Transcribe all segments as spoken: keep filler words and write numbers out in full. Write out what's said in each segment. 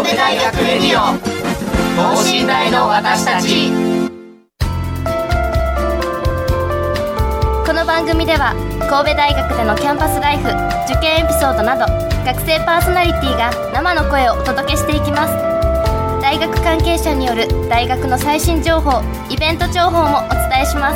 神戸大学レディオ等身大の私たち。 この番組では神戸大学でのキャンパスライフ、受験エピソードなど学生パーソナリティが生の声をお届けしていきます。大学関係者による大学の最新情報、イベント情報もお伝えします。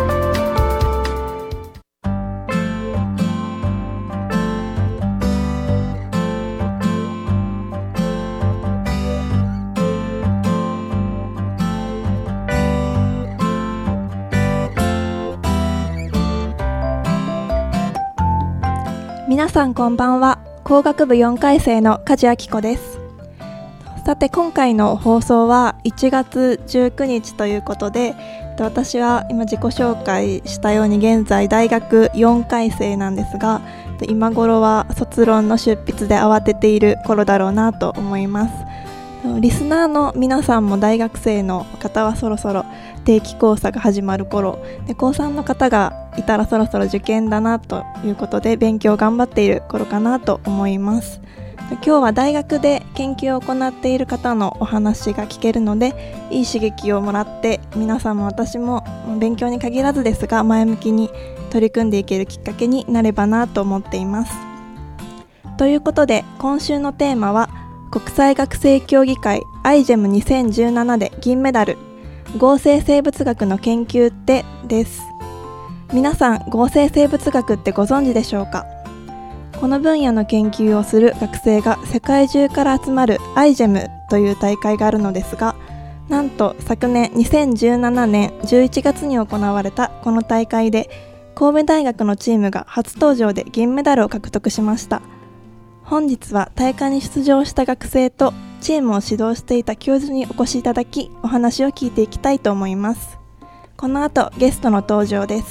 皆さんこんばんは。工学部よんかい生の梶明子です。さて今回の放送はいちがつじゅうくにちということで、私は今自己紹介したように現在大学よんかい生なんですが、今頃は卒論の出筆で慌てている頃だろうなと思います。リスナーの皆さんも大学生の方はそろそろ定期考査が始まる頃で、高さんの方がいたらそろそろ受験だなということで勉強頑張っている頃かなと思います。今日は大学で研究を行っている方のお話が聞けるので、いい刺激をもらって皆さんも私も勉強に限らずですが前向きに取り組んでいけるきっかけになればなと思っています。ということで今週のテーマは国際学生協議会 アイジェムにせんじゅうなな で銀メダル、合成生物学の研究ってです。皆さん合成生物学ってご存知でしょうか？この分野の研究をする学生が世界中から集まる アイジェム という大会があるのですが、なんと昨年にせんじゅうななねんじゅういちがつに行われたこの大会で神戸大学のチームが初登場で銀メダルを獲得しました。本日は大会に出場した学生とチームを指導していた教授にお越しいただき、お話を聞いていきたいと思います。この後ゲストの登場です。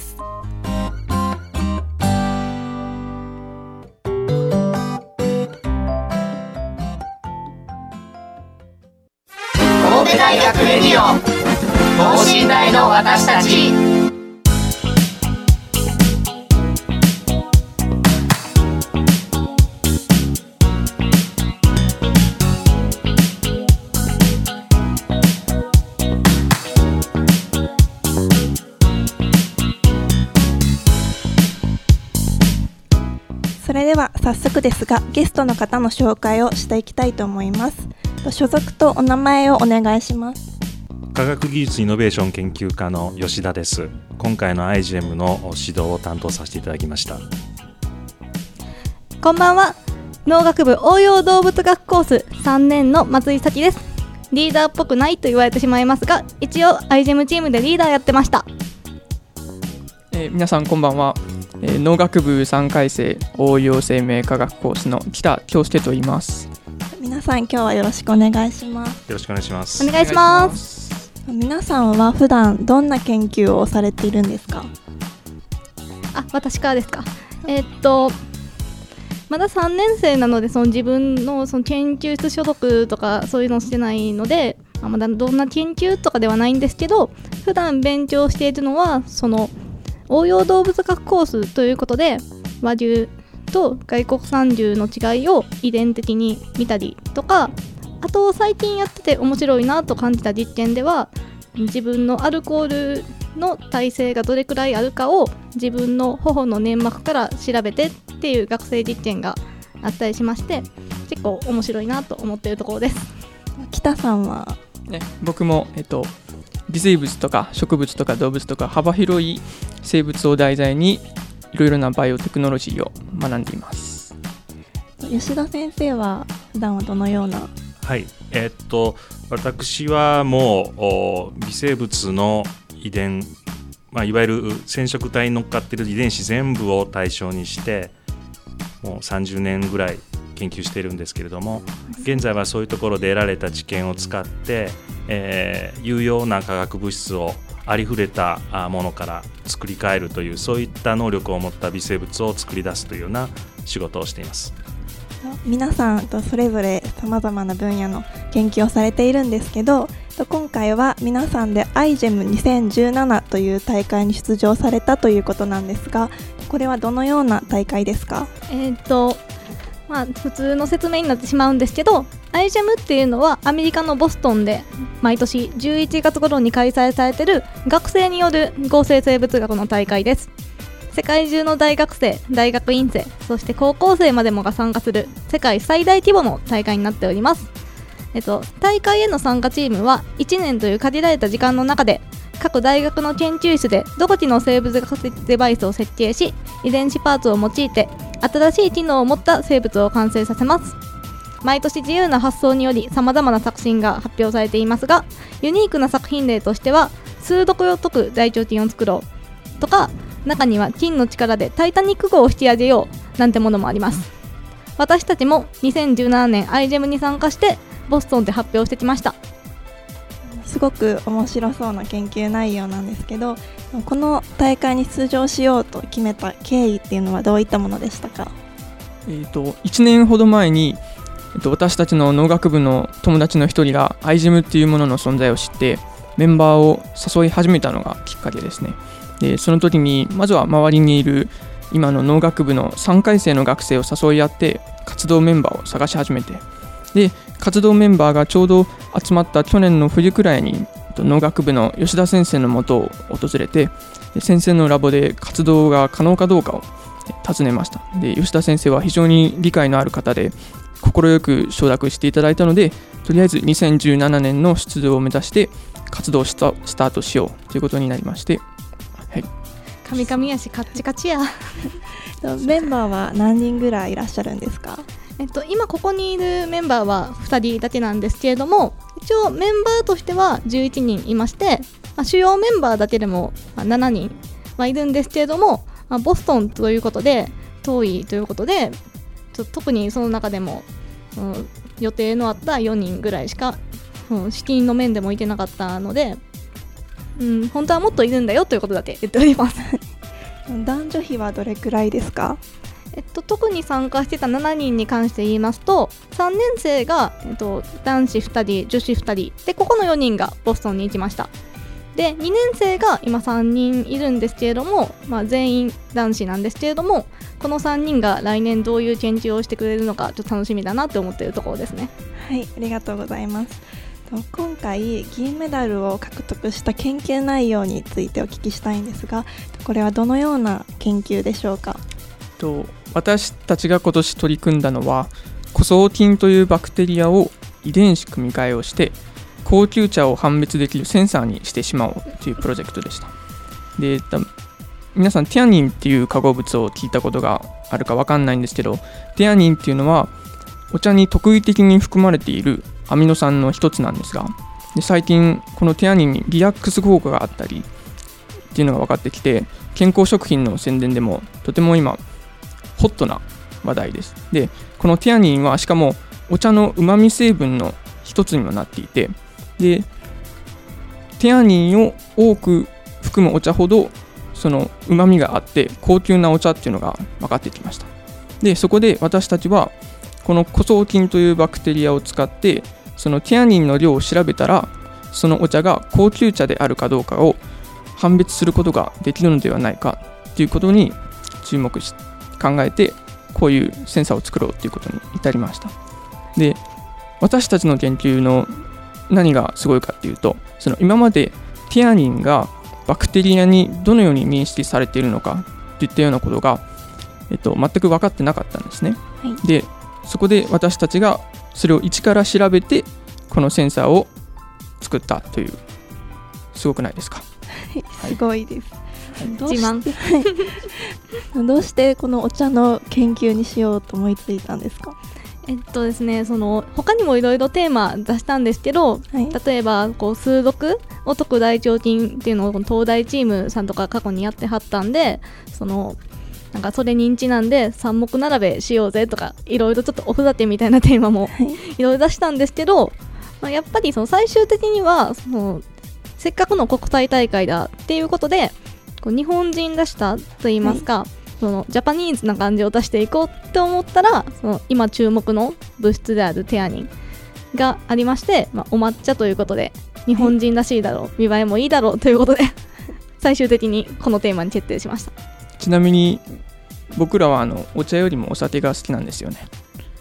神戸大学レディオ等身大の私たち。 それでは早速ですがゲストの方の紹介をしていきたいと思います。所属とお名前をお願いします。 科学技術イノベーション研究科の吉田です。今回の アイジェム の指導を担当させていただきました。 こんばんは。農学部応用動物学コースさんねんの松井咲です。リーダーっぽくないと言われてしまいますが、一応 アイジェム チームでリーダーやってました。 えー、皆さんこんばんは。えー、農学部さんかい生応用生命科学コースの北京介と言います。 皆さん今日はよろしくお願いします。 よろしくお願いします。 お願いします。 皆さんは普段どんな研究をされているんですか？ あ、私からですか。えー、っとまださんねん生なので、その自分のその研究室所属とかそういうのしてないので、まだどんな研究とかではないんですけど、普段勉強しているのはその応用動物学コースということで、和牛と外国産牛の違いを遺伝的に見たりとか、あと最近やってて面白いなと感じた実験では、自分のアルコールの耐性がどれくらいあるかを自分の頬の粘膜から調べてっていう学生実験があったりしまして、結構面白いなと思っているところです。 北さんは、 ね、僕も、えっと、微生物とか植物とか動物とか幅広い生物を題材にいろいろなバイオテクノロジーを学んでいます。 吉田先生は普段はどのような？ はい、えー、っと私はもう微生物の遺伝、まあ、いわゆる染色体に乗っかっている遺伝子全部を対象にしてもうさんじゅうねんぐらい研究しているんですけれども、現在はそういうところで得られた知見を使って、えー、有用な化学物質をありふれたものから作り変えるという、そういった能力を持った微生物を作り出すというような仕事をしています。 皆さんとそれぞれさまざまな分野の研究をされているんですけど、今回は皆さんで アイジェムにせんじゅうなな という大会に出場されたということなんですが、これはどのような大会ですか？ えー、っとまあ、普通の説明になってしまうんですけど、アイジェムっていうのはアメリカのボストンで毎年じゅういちがつ頃に開催されている学生による合成生物学の大会です。世界中の大学生、大学院生、そして高校生までもが参加する世界最大規模の大会になっております。えっと、大会への参加チームはいちねんという限られた時間の中で各大学の研究室で独自の生物学デバイスを設計し、遺伝子パーツを用いて新しい機能を持った生物を完成させます。毎年自由な発想により様々な作品が発表されていますが、ユニークな作品例としては数読を解く大腸菌を作ろうとか、中には菌の力でタイタニック号を引き上げようなんてものもあります。私たちもにせんじゅうななねんアイジェムに参加してボストンで発表してきました。 すごく面白そうな研究内容なんですけど、この大会に出場しようと決めた経緯っていうのはどういったものでしたか？ えーと、いちねんほど前に、えーと、私たちの農学部の友達の一人がアイジェムっていうものの存在を知ってメンバーを誘い始めたのがきっかけですね。でその時にまずは周りにいる今の農学部のさんかい生の学生を誘い合って活動メンバーを探し始めて、で活動メンバーがちょうど集まった去年の冬くらいに農学部の吉田先生のもとを訪れて、先生のラボで活動が可能かどうかを尋ねました。で吉田先生は非常に理解のある方で快く承諾していただいたので、とりあえずにせんじゅうななねんの出場を目指して活動スタ、スタートしようということになりまして、はい、 カミカミやしカッチカチやメンバーは何人ぐらいいらっしゃるんですか？ えっと、今ここにいるメンバーはふたりだけなんですけれども、一応メンバーとしてはじゅういちにんいまして、まあ、主要メンバーだけでもしちにんはいるんですけれども、まあ、ボストンということで遠いということでちょ特にその中でも、うん、予定のあったよにんぐらいしか、うん、資金の面でもいけなかったので、うん、本当はもっといるんだよということだけ言っております男女比はどれくらいですか？ えっと、特に参加してたしちにんに関して言いますと、さんねん生が、えっと、男子ふたり、女子ふたりで、ここのよにんがボストンに行きました。でにねん生が今さんにんいるんですけれども、まあ、全員男子なんですけれども、このさんにんが来年どういう研究をしてくれるのかちょっと楽しみだなって思っているところですね。 はい、ありがとうございます。今回銀メダルを獲得した研究内容についてお聞きしたいんですが、これはどのような研究でしょうか？ と私たちが今年取り組んだのは古草菌というバクテリアを遺伝子組み換えをして高級茶を判別できるセンサーにしてしまおうというプロジェクトでした。で皆さんテアニンっていう化合物を聞いたことがあるか分かんないんですけど、テアニンっていうのはお茶に特異的に含まれているアミノ酸の一つなんですが、で最近このテアニンにリラックス効果があったりっていうのが分かってきて、健康食品の宣伝でもとても今ホットな話題です。でこのテアニンはしかもお茶のうまみ成分の一つにもなっていて、でテアニンを多く含むお茶ほどそのうまみがあって高級なお茶っていうのが分かってきました。でそこで私たちはこの古草菌というバクテリアを使ってそのテアニンの量を調べたら、そのお茶が高級茶であるかどうかを判別することができるのではないかということに注目し考えて、こういうセンサーを作ろうということに至りました。で私たちの研究の何がすごいかっていうと、その今までテアニンがバクテリアにどのように認識されているのかといったようなことが、えっと、全く分かってなかったんですね、はい、でそこで私たちがそれを一から調べてこのセンサーを作ったという、すごくないですか？ はい、すごいです。どう自慢どうしてこのお茶の研究にしようと思いついたんですか？ えっとですね、その他にもいろいろテーマ出したんですけど、はい、例えばこう数読を解く大腸菌っていうのを東大チームさんとか過去にやってはったんで、そのなんかそれにちなんで三目並べしようぜとか、いろいろちょっとおふざけみたいなテーマもいろいろ出したんですけど、まあ、やっぱりその最終的にはそのせっかくの国際大会だっていうことで、こう日本人らしさといいますか、はい、そのジャパニーズな感じを出していこうって思ったら、その今注目の物質であるテアニンがありまして、まあ、お抹茶ということで日本人らしいだろう、はい、見栄えもいいだろうということで最終的にこのテーマに決定しました。 ちなみに僕らはあのお茶よりもお酒が好きなんですよね。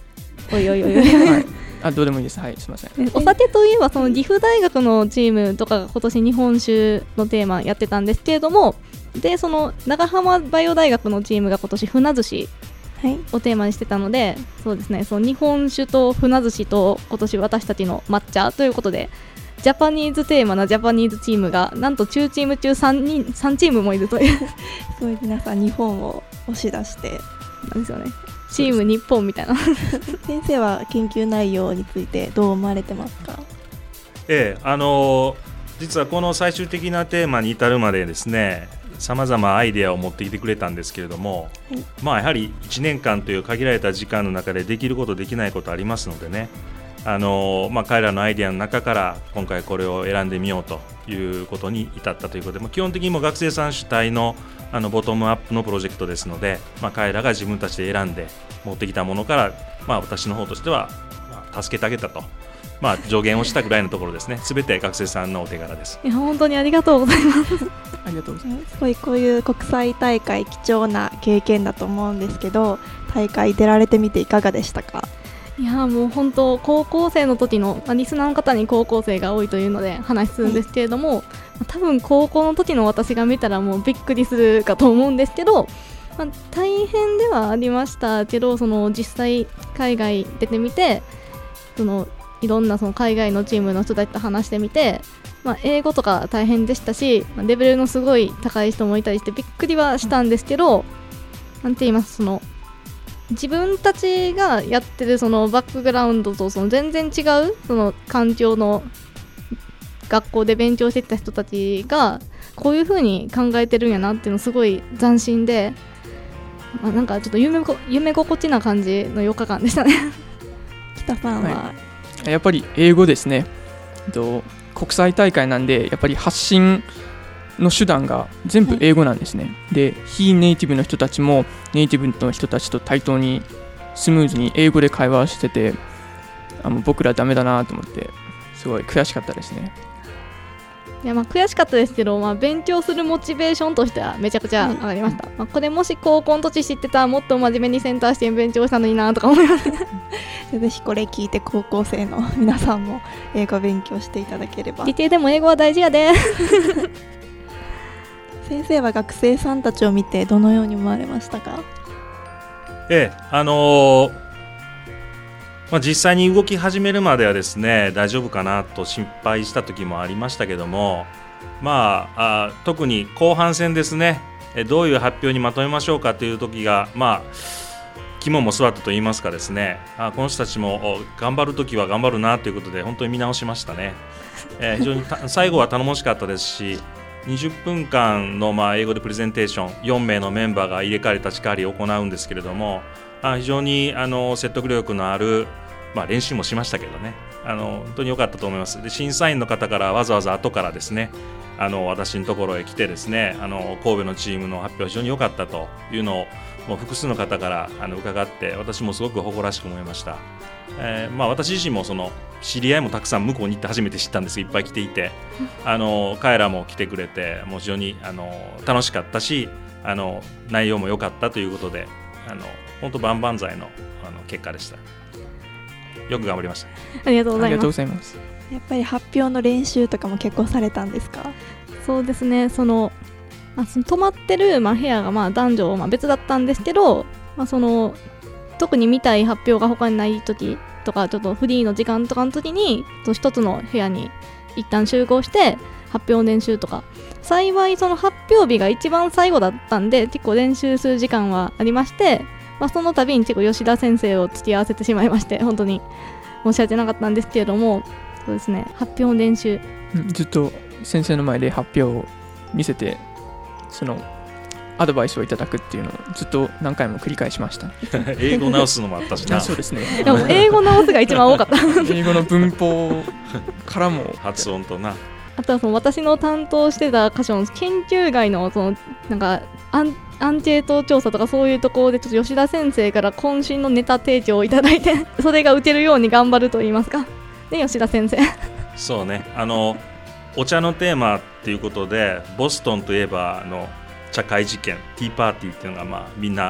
おいおいおいおい、 はい、あどうでもいいです。はい、すみません。 お酒といえばその岐阜大学のチームとかが今年日本酒のテーマやってたんですけれども、でその長浜バイオ大学のチームが今年船寿司をテーマにしてたので、そうですね、その日本酒と船寿司と今年私たちの抹茶ということで、ジャパニーズテーマなジャパニーズチームがなんと中チーム中さんにんさんチームもいるというすごい皆さん日本を押し出してなんですよね。チーム日本みたいな先生は研究内容についてどう思われてますか？ ええ、あの実はこの最終的なテーマに至るまでですね、さまざまアイデアを持ってきてくれたんですけれども、はい、まあやはりいちねんかんという限られた時間の中でできることできないことありますのでね、あのまあ、彼らのアイデアの中から今回これを選んでみようということに至ったということで、まあ、基本的にも学生さん主体 の, あのボトムアップのプロジェクトですので、まあ、彼らが自分たちで選んで持ってきたものから、まあ、私の方としては、まあ、助けてあげたと、まあ、助言をしたぐらいのところですね。すべて学生さんのお手柄です。 いや本当にありがとうございますありがとうございます。 すごいこういう国際大会貴重な経験だと思うんですけど、大会出られてみていかがでしたか？ いやもう本当高校生の時の、まあ、リスナーの方に高校生が多いというので話するんですけれども、はい、多分高校の時の私が見たらもうびっくりするかと思うんですけど、まあ、大変ではありましたけど、その実際海外出てみて、そのいろんなその海外のチームの人たちと話してみて、まあ、英語とか大変でしたし、まあ、レベルのすごい高い人もいたりしてびっくりはしたんですけど、なんて言います、その自分たちがやってるそのバックグラウンドとその全然違うその環境の学校で勉強してきた人たちがこういう風に考えてるんやなっていうのすごい斬新で、まあ、なんかちょっと 夢, 夢心地な感じのよっかかんでしたね北さんは、 はい、やっぱり英語ですね。と国際大会なんでやっぱり発信の手段が全部英語なんですね、はい、で非ネイティブの人たちもネイティブの人たちと対等にスムーズに英語で会話をしてて、あの僕らダメだなと思ってすごい悔しかったですね。 いやまあ悔しかったですけど、まあ、勉強するモチベーションとしてはめちゃくちゃ上がりました、はい、まあ、これもし高校の時知ってたらもっと真面目にセンター試験勉強したのになとか思いますぜひこれ聞いて高校生の皆さんも英語勉強していただければ。 理系でも英語は大事やで先生は学生さんたちを見てどのように思われましたか？ ええ、あのーまあ、実際に動き始めるまではですね大丈夫かなと心配した時もありましたけども、まあ、あ特に後半戦ですね、えどういう発表にまとめましょうかという時が、まあ、肝も据わったといいますかですね、あこの人たちも頑張る時は頑張るなということで本当に見直しましたね、えー、非常に最後は頼もしかったですしにじゅっぷんかんのまあ英語でプレゼンテーションよんめいのメンバーが入れ替わり立ち替わりを行うんですけれども、あ非常にあの説得力のある、まあ、練習もしましたけどね、あの本当に良かったと思います。で審査員の方からわざわざ後からですねあの私のところへ来てですねあの神戸のチームの発表非常に良かったというのをもう複数の方からあの伺って私もすごく誇らしく思いました。えーまあ、私自身もその知り合いもたくさん向こうに行って初めて知ったんですがいっぱい来ていて、あの彼らも来てくれてもう非常にあの楽しかったしあの内容も良かったということであの本当万々歳のあの結果でした。よく頑張りました。 ありがとうございます。 ありがとうございます。 やっぱり発表の練習とかも結構されたんですか？ そうですね、その、まあ、その泊まってる、まあ、部屋がまあ男女、まあ、別だったんですけど、まあ、その特に見たい発表が他にない時とかちょっとフリーの時間とかの時に一つの部屋に一旦集合して発表練習とか、幸いその発表日が一番最後だったんで結構練習する時間はありまして、まあ、その度に結構吉田先生を付き合わせてしまいまして本当に申し訳なかったんですけれども、そうですね発表練習、 うん、ずっと先生の前で発表を見せてそのアドバイスをいただくっていうのをずっと何回も繰り返しました英語直すのもあったしなそうですねでも英語直すが一番多かった英語の文法からも発音とな、 あとはその私の担当してた箇所の研究外のそのなんかアンアンケート調査とかそういうところでちょっと吉田先生から渾身のネタ提供をいただいてそれが打てるように頑張ると言いますかで吉田先生そうね、あのお茶のテーマっていうことでボストンといえばあの茶会事件ティーパーティーっていうのが、まあ、みんな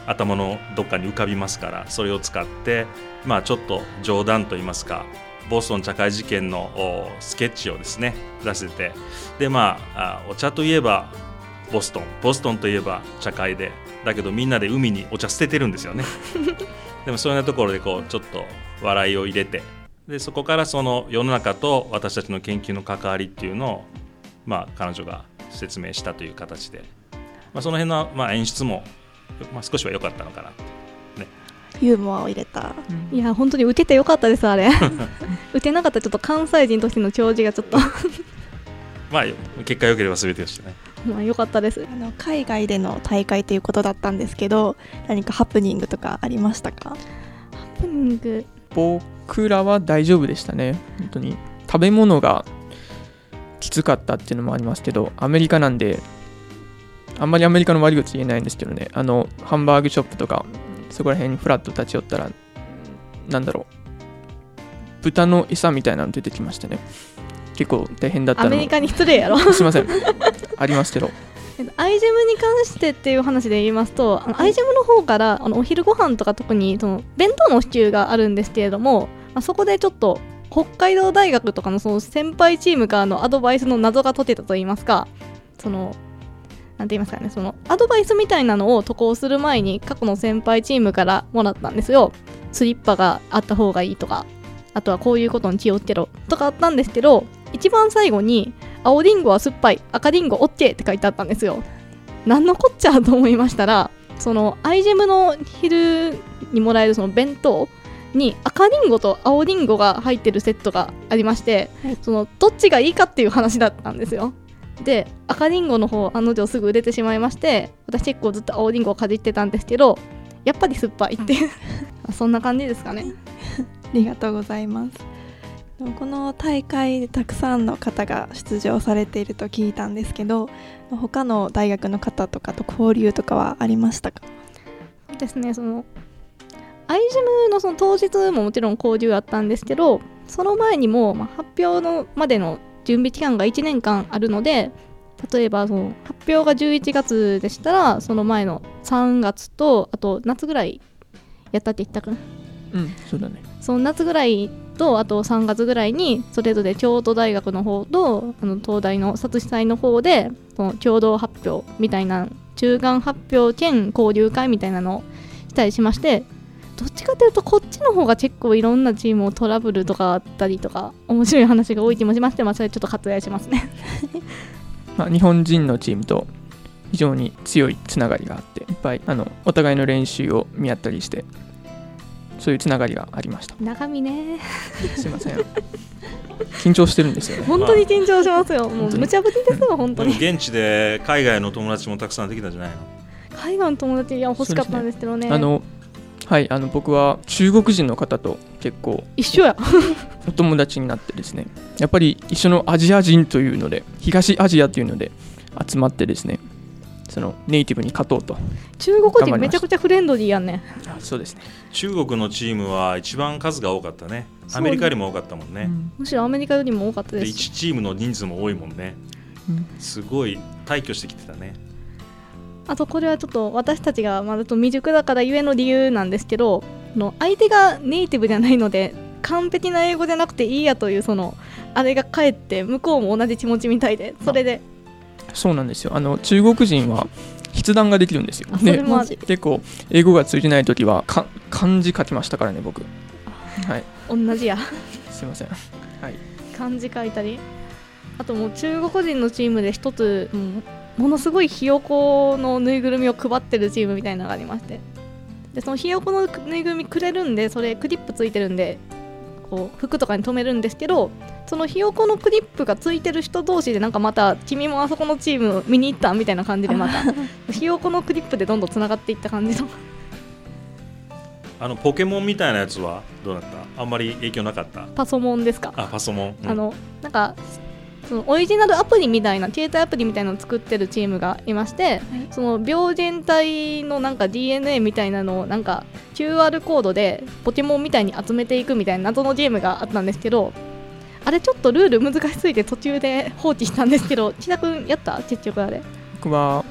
頭のどっかに浮かびますから、それを使って、まあ、ちょっと冗談といいますか、ボストン茶会事件のスケッチをですね出せて、で、まあ、お茶といえばボストン、ボストンといえば茶会で、だけどみんなで海にお茶捨ててるんですよねでもそういうところでこうちょっと笑いを入れて、でそこからその世の中と私たちの研究の関わりっていうのを、まあ、彼女が説明したという形で、まあ、その辺のまあ演出も、まあ、少しは良かったのかな、ね、 ユーモアを入れた、 うん、いや本当に打ててよかったですあれ打てなかったらちょっと関西人としての教授がちょっとまあ結果良ければ全てでしたね。 まあ良かったです。 あの海外での大会ということだったんですけど、何かハプニングとかありましたか？ ハプニング、 僕らは大丈夫でしたね。本当に食べ物がきつかったっていうのもありますけど、アメリカなんであんまりアメリカの悪口言えないんですけどね、あのハンバーグショップとかそこら辺にフラッと立ち寄ったら、なんだろう、豚の餌みたいなの出てきましたね。結構大変だったの。 アメリカに失礼やろすいませんありますけど、 アイジェムに関してっていう話で言いますと、あのアイジェムの方からあのお昼ご飯とか特にその弁当のシチューがあるんですけれども、まあ、そこでちょっと北海道大学とかのその先輩チームからのアドバイスの謎が解けたといいますか、そのなんて言いますかね、そのアドバイスみたいなのを渡航する前に過去の先輩チームからもらったんですよ。スリッパがあった方がいいとか、あとはこういうことに気をつけろとかあったんですけど、一番最後に青リンゴは酸っぱい、赤リンゴ OK って書いてあったんですよ。何のこっちゃと思いましたら、そのアイジェムの昼にもらえるその弁当に赤リンゴと青リンゴが入ってるセットがありまして、はい、そのどっちがいいかっていう話だったんですよ。で、赤リンゴの方案の定すぐ売れてしまいまして、私結構ずっと青リンゴをかじってたんですけど、やっぱり酸っぱいっていうそんな感じですかねありがとうございます。この大会でたくさんの方が出場されていると聞いたんですけど、他の大学の方とかと交流とかはありましたか？ そうですね、そのアイジェムのその当日ももちろん交流あったんですけど、その前にも、まあ、発表のまでの準備期間がいちねんかんあるので、例えばその発表がじゅういちがつでしたら、その前のさんがつとあと夏ぐらいやったって言ったかな。 うん、そうだね。 その夏ぐらいとあとさんがつぐらいにそれぞれ京都大学の方とあの東大の殺子祭の方でその共同発表みたいな中間発表兼交流会みたいなのをしたりしまして、どっちかというとこっちの方が結構いろんなチームをトラブルとかあったりとか面白い話が多い気もしまして、まあ、それちょっと割愛しますねまあ日本人のチームと非常に強いつながりがあって、いっぱいあのお互いの練習を見合ったりして、そういうつながりがありました。 中身ねすいません緊張してるんですよね。 本当に緊張しますよ、もう無茶ぶりですよ本当に。 現地で海外の友達もたくさんできたんじゃないの？ 海外の友達いや欲しかったんですけど ね, ねあのはいあの僕は中国人の方と結構一緒やお友達になってですね、やっぱり一緒のアジア人というので、東アジアというので集まってですね、そのネイティブに勝とうと。 中国人めちゃくちゃフレンドリーやんね。 そうですね、 中国のチームは一番数が多かったね。アメリカよりも多かったもんね、うん、 むしろアメリカよりも多かったです。でいちチームの人数も多いもんね、うん、すごい大挙してきてたね。 あとこれはちょっと私たちがまだと未熟だからゆえの理由なんですけど、の相手がネイティブじゃないので完璧な英語じゃなくていいやというそのあれがかえって向こうも同じ気持ちみたいで、それでそうなんですよ。あの中国人は筆談ができるんですよ。 それも結構英語が通じないときはか漢字書きましたからね僕。はい。 同じや。 すいません。はい。 漢字書いたり、あともう中国人のチームで一つ、うん、ものすごいひよこのぬいぐるみを配ってるチームみたいなのがありまして、でそのひよこのぬいぐるみくれるんで、それクリップついてるんでこう服とかに留めるんですけど、そのひよこのクリップがついてる人同士でなんかまた君もあそこのチーム見に行ったみたいな感じでまたひよこのクリップでどんどんつながっていった感じのあのポケモンみたいなやつはどうだった？あんまり影響なかった？ パソモンですか？ あ、パソモン、うん、 あのなんかそのオリジナルアプリみたいな携帯アプリみたいなのを作ってるチームがいまして、はい、その病原体のなんか ディーエヌエー みたいなのをなんか キューアール コードでポケモンみたいに集めていくみたいな謎のゲームがあったんですけど、あれちょっとルール難しすぎて途中で放棄したんですけど、千田くんやった？結局あれ僕は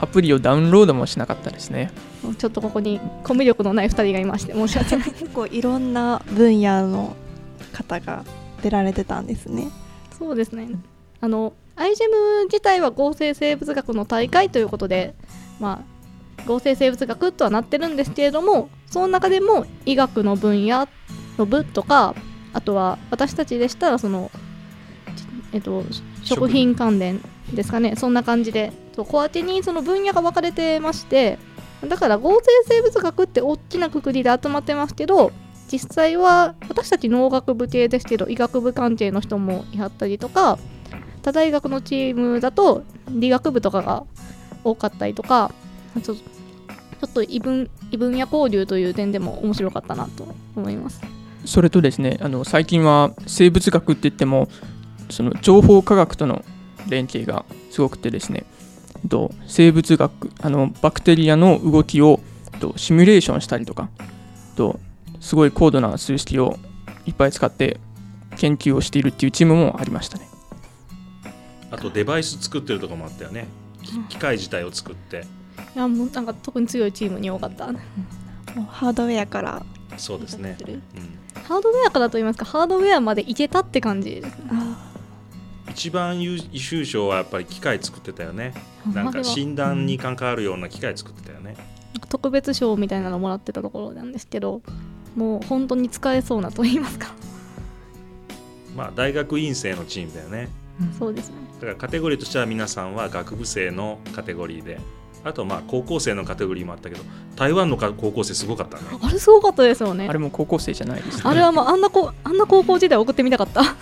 アプリをダウンロードもしなかったですね。 ちょっとここにコミュ力のないふたりがいまして申し訳ない。 結構いろんな分野の方が出られてたんですね。 そうですね。あのアイジェム自体は合成生物学の大会ということで、まあ、合成生物学とはなってるんですけれども、その中でも医学の分野の部とか、あとは私たちでしたらその、えっと、食品関連ですかね、そんな感じでそう小当てにその分野が分かれてまして、だから合成生物学って大きなくくりで集まってますけど、実際は私たち農学部系ですけど医学部関係の人もいはったりとか、他大学のチームだと理学部とかが多かったりとか、ちょっとちょっと異分、異分野交流という点でも面白かったなと思います。 それとですね、あの最近は生物学って言ってもその情報科学との連携がすごくてですね、と生物学、あのバクテリアの動きをとシミュレーションしたりとかと、すごい高度な数式をいっぱい使って研究をしているっていうチームもありましたね。 あとデバイス作ってるとこもあったよね。機械自体を作って、 いやもうなんか特に強いチームに多かった。 もうハードウェアからそうですね、うん、 ハードウェアからと言いますか、ハードウェアまでいけたって感じですね。 一番優秀賞はやっぱり機械作ってたよね。なんか診断に関わるような機械作ってたよね。 特別賞みたいなのもらってたところなんですけど、もう本当に使えそうなと言いますか、 まあ大学院生のチームだよね、 うん、そうですね。 だからカテゴリーとしては皆さんは学部生のカテゴリーで、あとまあ高校生のカテゴリーもあったけど、台湾の高校生すごかったね。 あれすごかったですよね。 あれも高校生じゃないですね。 あれはもうあんなこあんな高校時代送ってみたかった、うん、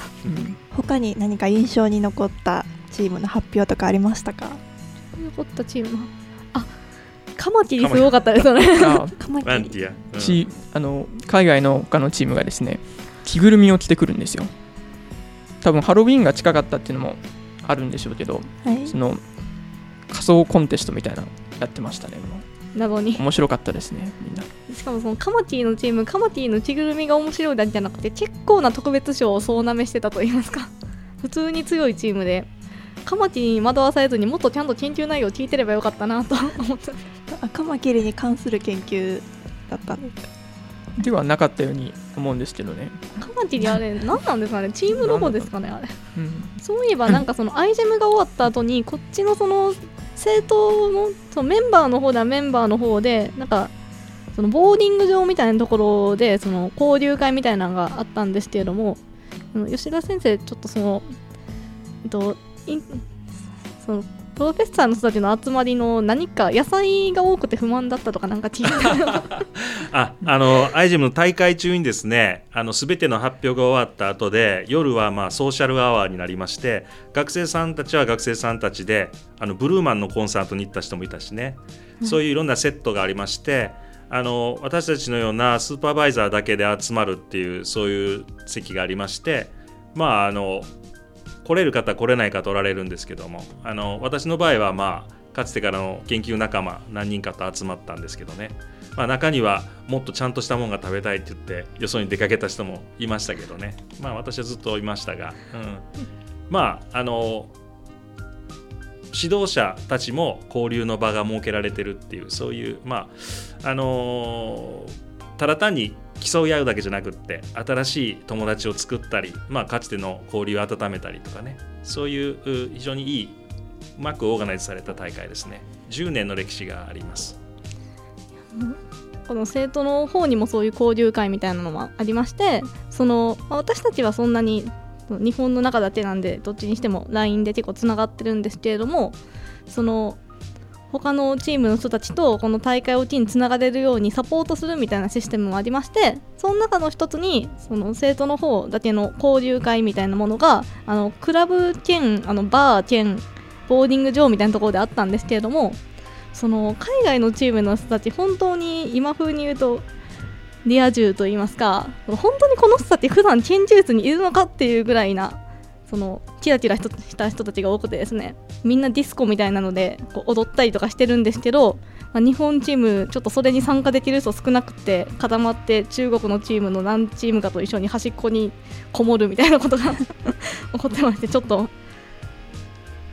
他に何か印象に残ったチームの発表とかありましたか？ 残ったチームのあカマキリすごかったですよね。 カマキリランティア、うん、 ちあの海外の他のチームがですね、着ぐるみを着てくるんですよ。多分ハロウィンが近かったっていうのもあるんでしょうけど、 はい、 その仮装コンテストみたいなのやってましたね。もう謎に面白かったですね、みんな。 しかもそのカマキリのチーム、カマキリの着ぐるみが面白いだけじゃなくて結構な特別賞を総なめしてたと言いますか、普通に強いチームで、カマキリに惑わされずにもっとちゃんと研究内容を聞いてればよかったなと思ってカマキリに関する研究だったんですか？ ではなかったように思うんですけどね。 カマキリあれ何なんですかね、チームロゴですかねあれ、 うん、 そういえばなんかそのアイジェムが終わった後にこっちのその政党のそのメンバーの方ではメンバーの方でなんかそのボーディング場みたいなところでその交流会みたいなのがあったんですけれども、吉田先生ちょっとその、えっと、そのプロフェッサーの人たちの集まりの何か野菜が多くて不満だったとかなんか聞いたああのアイジェムの大会中にですね、あの全ての発表が終わった後で夜はまあソーシャルアワーになりまして、学生さんたちは学生さんたちであのブルーマンのコンサートに行った人もいたしね、うん、そういういろんなセットがありまして、あの私たちのようなスーパーバイザーだけで集まるっていうそういう席がありまして、まああの来れる方来れない方おられるんですけども、あの私の場合はまあかつてからの研究仲間何人かと集まったんですけどね、まあ、中にはもっとちゃんとしたものが食べたいって言ってよそに出かけた人もいましたけどね、まあ私はずっといましたが、うん、まああの指導者たちも交流の場が設けられてるっていう、そういうまああのただ単に競い合うだけじゃなくって新しい友達を作ったり、まあ、かつての交流を温めたりとかね、そういう非常にいいうまくオーガナイズされた大会ですね。じゅうねんの歴史があります。 この生徒の方にもそういう交流会みたいなのもありまして、その私たちはそんなに日本の中だけなんでどっちにしても ライン で結構つながってるんですけれども、その他のチームの人たちとこの大会を機につながれるようにサポートするみたいなシステムもありまして、その中の一つにその生徒の方だけの交流会みたいなものがあのクラブ兼あのバー兼ボーディング場みたいなところであったんですけれども、その海外のチームの人たち本当に今風に言うとリア充と言いますか、本当にこの人たち普段研究室にいるのかっていうぐらいなそのキラキラした人たちが多くてですね、みんなディスコみたいなのでこう踊ったりとかしてるんですけど、まあ、日本チームちょっとそれに参加できる人少なくて固まって中国のチームの何チームかと一緒に端っこにこもるみたいなことが起こってまして、ちょっと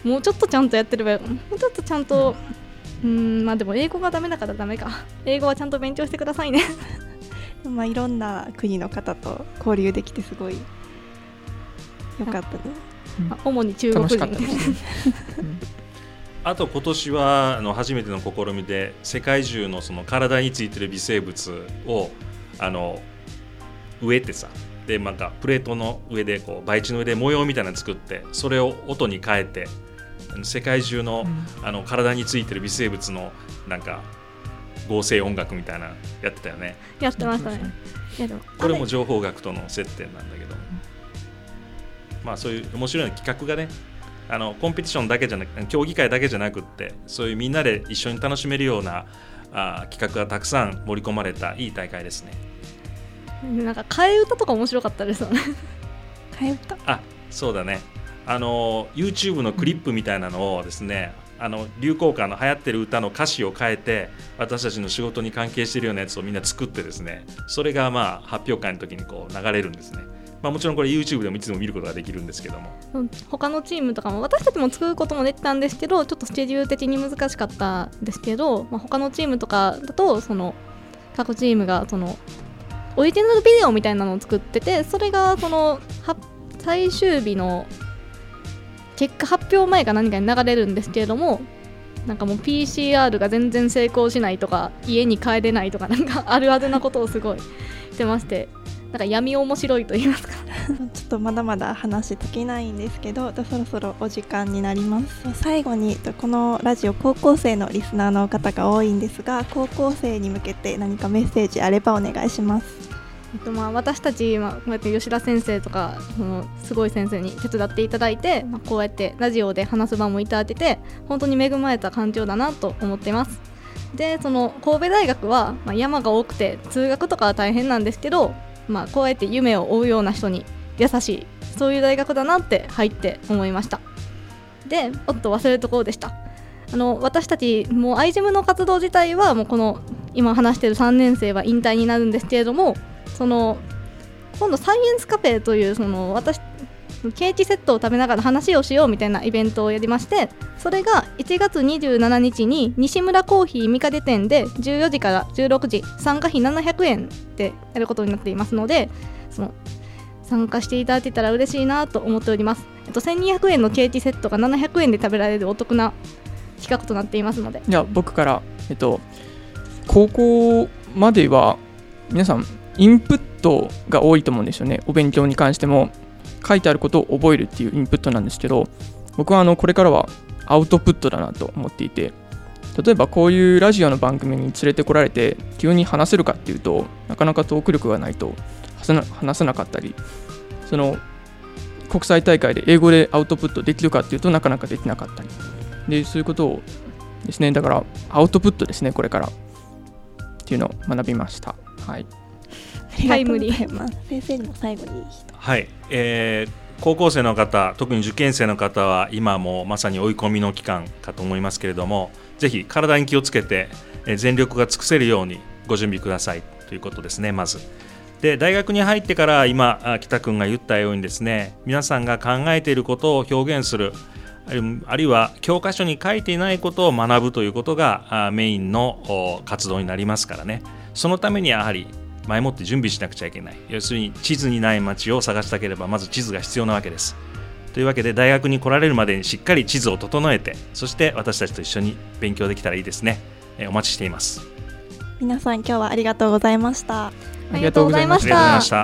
もうちょっとちゃんとやってればもうちょっとちゃんとうーんまあでも英語がダメだからダメか。英語はちゃんと勉強してくださいねまあ、いろんな国の方と交流できてすごい良かったです。 まあ主に中国人楽しかったですねあと今年はあの初めての試みで世界中のその体についてる微生物をあの植えてさでなんかプレートの上でこう培地の上で模様みたいなの作ってそれを音に変えて世界中の、うん、あの体についてる微生物のなんか合成音楽みたいなやってたよね。 やってましたね。いやでもこれも情報学との接点なんだけど、まあそういう面白い企画がねあのコンペティションだけじゃなく競技会だけじゃなくってそういうみんなで一緒に楽しめるようなあ企画がたくさん盛り込まれたいい大会ですね。 なんか替え歌とか面白かったですよね替え歌あそうだねあの YouTube のクリップみたいなのをですね、うん、あの流行歌の流行ってる歌の歌詞を変えて私たちの仕事に関係しているようなやつをみんな作ってですねそれがまあ発表会の時にこう流れるんですね。まあ、もちろんこれ YouTube でもいつでも見ることができるんですけども他のチームとかも私たちも作ることもできたんですけどちょっとスケジュール的に難しかったんですけど、まあ、他のチームとかだとその各チームがそのオリジナルビデオみたいなのを作っててそれがその最終日の結果発表前か何かに流れるんですけれどもなんかもう ピーシーアール が全然成功しないとか家に帰れないとかなんかあるあるなことをすごいしてましてなんか闇面白いと言いますかちょっとまだまだ話尽きないんですけどそろそろお時間になります。最後にこのラジオ高校生のリスナーの方が多いんですが高校生に向けて何かメッセージあればお願いします。 えっとまあ、私たち、まあ、こうやって吉田先生とかそのすごい先生に手伝っていただいて、まあ、こうやってラジオで話す場もいただけて本当に恵まれた環境だなと思っています。でその神戸大学は、まあ、山が多くて通学とかは大変なんですけど、まあ、こうやって夢を追うような人に優しいそういう大学だなって入って思いました。でおっと忘れるところでした。あの私たちもうアイジェムの活動自体はもうこの今話しているさんねん生は引退になるんですけれどもその今度サイエンスカフェというその私ケーキセットを食べながら話をしようみたいなイベントをやりましてそれがいちがつにじゅうしちにちに西村コーヒー三ヶ出店でじゅうよじからじゅうろくじ参加費ななひゃくえんでやることになっていますのでその参加していただけたら嬉しいなと思っております。えっと、せんにひゃくえんのケーキセットがななひゃくえんで食べられるお得な企画となっていますのでじゃあ僕から、えっと、高校までは皆さんインプットが多いと思うんですよね。お勉強に関しても書いてあることを覚えるっていうインプットなんですけど僕はあのこれからはアウトプットだなと思っていて例えばこういうラジオの番組に連れてこられて急に話せるかっていうとなかなかトーク力がないと話せなかったりその国際大会で英語でアウトプットできるかっていうとなかなかできなかったりでそういうことをですねだからアウトプットですねこれからっていうのを学びました。はいタイムリー先生にも最後にはい、えー、高校生の方特に受験生の方は今もまさに追い込みの期間かと思いますけれどもぜひ体に気をつけて、えー、全力が尽くせるようにご準備くださいということですね。まずで大学に入ってから今北くんが言ったようにですね皆さんが考えていることを表現するあるいは教科書に書いていないことを学ぶということがメインの活動になりますからね。そのためにやはり前もって準備しなくちゃいけない。要するに地図にない街を探したければまず地図が必要なわけです。というわけで大学に来られるまでにしっかり地図を整えてそして私たちと一緒に勉強できたらいいですね。お待ちしています。 皆さん今日はありがとうございました。 ありがとうございました。 ありがとうございました。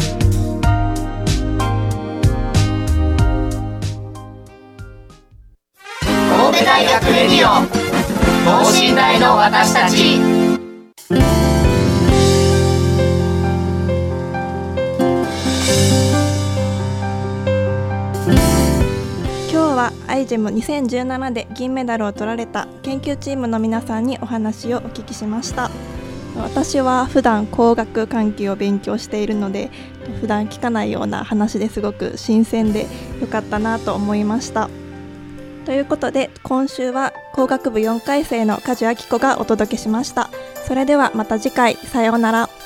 神戸大学レディオ等身大の私たち。 今日はアイジェムにせんじゅうななで銀メダルを取られた研究チームの皆さんにお話をお聞きしました。私は普段工学関係を勉強しているので普段聞かないような話ですごく新鮮でよかったなと思いました。ということで今週は工学部よんかい生の梶明子がお届けしました。それではまた次回、さようなら。